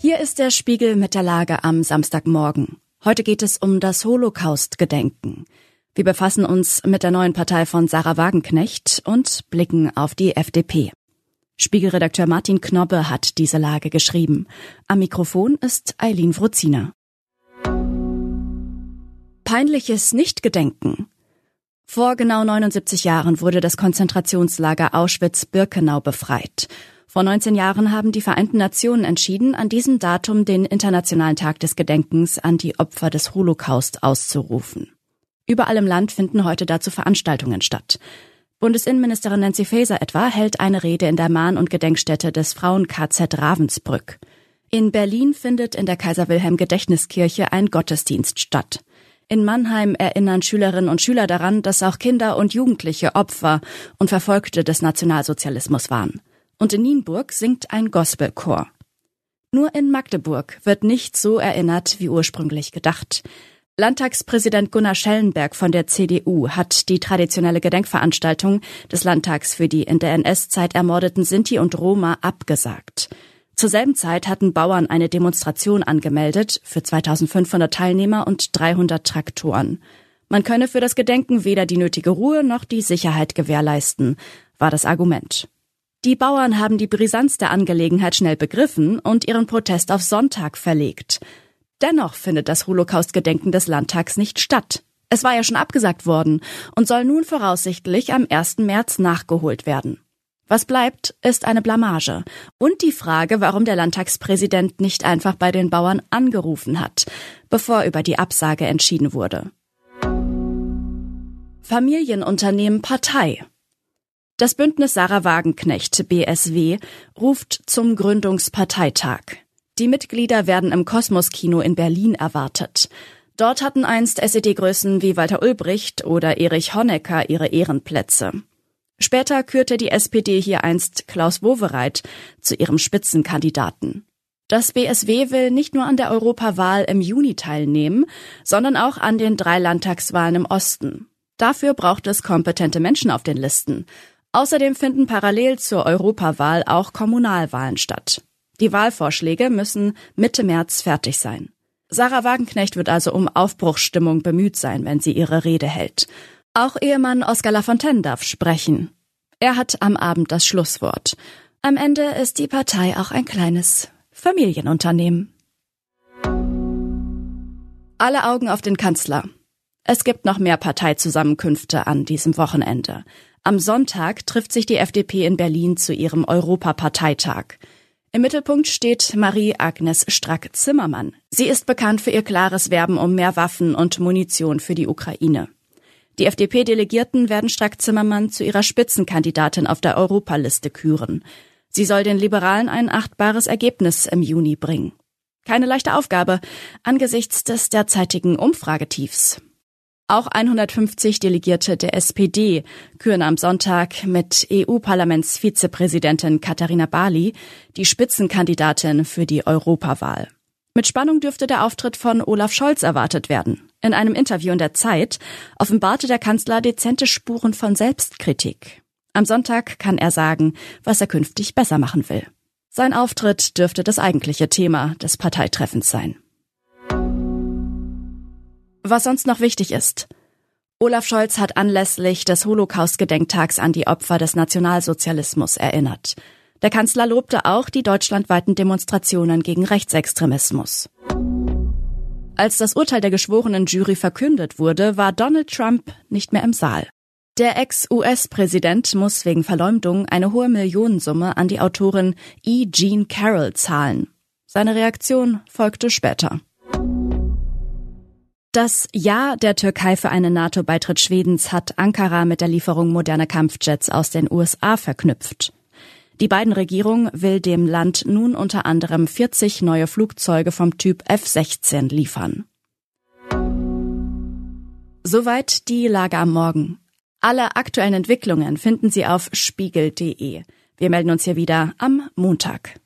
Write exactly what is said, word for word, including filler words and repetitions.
Hier ist der Spiegel mit der Lage am Samstagmorgen. Heute geht es um das Holocaust-Gedenken. Wir befassen uns mit der neuen Partei von Sahra Wagenknecht und blicken auf die F D P. Spiegelredakteur Martin Knobbe hat diese Lage geschrieben. Am Mikrofon ist Eileen Wrozina. Peinliches Nichtgedenken. Vor genau neunundsiebzig Jahren wurde das Konzentrationslager Auschwitz-Birkenau befreit. Vor neunzehn Jahren haben die Vereinten Nationen entschieden, an diesem Datum den Internationalen Tag des Gedenkens an die Opfer des Holocaust auszurufen. Überall im Land finden heute dazu Veranstaltungen statt. Bundesinnenministerin Nancy Faeser etwa hält eine Rede in der Mahn- und Gedenkstätte des Frauen-K Z Ravensbrück. In Berlin findet in der Kaiser-Wilhelm-Gedächtniskirche ein Gottesdienst statt. In Mannheim erinnern Schülerinnen und Schüler daran, dass auch Kinder und Jugendliche Opfer und Verfolgte des Nationalsozialismus waren. Und in Nienburg singt ein Gospelchor. Nur in Magdeburg wird nicht so erinnert wie ursprünglich gedacht. Landtagspräsident Gunnar Schellenberg von der C D U hat die traditionelle Gedenkveranstaltung des Landtags für die in der N S-Zeit ermordeten Sinti und Roma abgesagt. Zur selben Zeit hatten Bauern eine Demonstration angemeldet für zweitausendfünfhundert Teilnehmer und dreihundert Traktoren. Man könne für das Gedenken weder die nötige Ruhe noch die Sicherheit gewährleisten, war das Argument. Die Bauern haben die Brisanz der Angelegenheit schnell begriffen und ihren Protest auf Sonntag verlegt. Dennoch findet das Holocaust-Gedenken des Landtags nicht statt. Es war ja schon abgesagt worden und soll nun voraussichtlich am ersten März nachgeholt werden. Was bleibt, ist eine Blamage und die Frage, warum der Landtagspräsident nicht einfach bei den Bauern angerufen hat, bevor über die Absage entschieden wurde. Familienunternehmen Partei. Das Bündnis Sahra Wagenknecht, B S W, ruft zum Gründungsparteitag. Die Mitglieder werden im Kosmos-Kino in Berlin erwartet. Dort hatten einst S E D-Größen wie Walter Ulbricht oder Erich Honecker ihre Ehrenplätze. Später kürte die S P D hier einst Klaus Wowereit zu ihrem Spitzenkandidaten. Das B S W will nicht nur an der Europawahl im Juni teilnehmen, sondern auch an den drei Landtagswahlen im Osten. Dafür braucht es kompetente Menschen auf den Listen. Außerdem finden parallel zur Europawahl auch Kommunalwahlen statt. Die Wahlvorschläge müssen Mitte März fertig sein. Sahra Wagenknecht wird also um Aufbruchsstimmung bemüht sein, wenn sie ihre Rede hält. Auch Ehemann Oskar Lafontaine darf sprechen. Er hat am Abend das Schlusswort. Am Ende ist die Partei auch ein kleines Familienunternehmen. Alle Augen auf den Kanzler. Es gibt noch mehr Parteizusammenkünfte an diesem Wochenende. Am Sonntag trifft sich die F D P in Berlin zu ihrem Europaparteitag. Im Mittelpunkt steht Marie-Agnes Strack-Zimmermann. Sie ist bekannt für ihr klares Werben um mehr Waffen und Munition für die Ukraine. Die F D P-Delegierten werden Strack-Zimmermann zu ihrer Spitzenkandidatin auf der Europaliste küren. Sie soll den Liberalen ein achtbares Ergebnis im Juni bringen. Keine leichte Aufgabe angesichts des derzeitigen Umfragetiefs. Auch hundertfünfzig Delegierte der S P D küren am Sonntag mit E U-Parlamentsvizepräsidentin Katharina Barley die Spitzenkandidatin für die Europawahl. Mit Spannung dürfte der Auftritt von Olaf Scholz erwartet werden. In einem Interview in der Zeit offenbarte der Kanzler dezente Spuren von Selbstkritik. Am Sonntag kann er sagen, was er künftig besser machen will. Sein Auftritt dürfte das eigentliche Thema des Parteitreffens sein. Was sonst noch wichtig ist. Olaf Scholz hat anlässlich des Holocaust-Gedenktags an die Opfer des Nationalsozialismus erinnert. Der Kanzler lobte auch die deutschlandweiten Demonstrationen gegen Rechtsextremismus. Als das Urteil der geschworenen Jury verkündet wurde, war Donald Trump nicht mehr im Saal. Der Ex-U S-Präsident muss wegen Verleumdung eine hohe Millionensumme an die Autorin E. Jean Carroll zahlen. Seine Reaktion folgte später. Das Ja der Türkei für einen NATO-Beitritt Schwedens hat Ankara mit der Lieferung moderner Kampfjets aus den U S A verknüpft. Die Biden-Regierung will dem Land nun unter anderem vierzig neue Flugzeuge vom Typ F sechzehn liefern. Soweit die Lage am Morgen. Alle aktuellen Entwicklungen finden Sie auf spiegel punkt de. Wir melden uns hier wieder am Montag.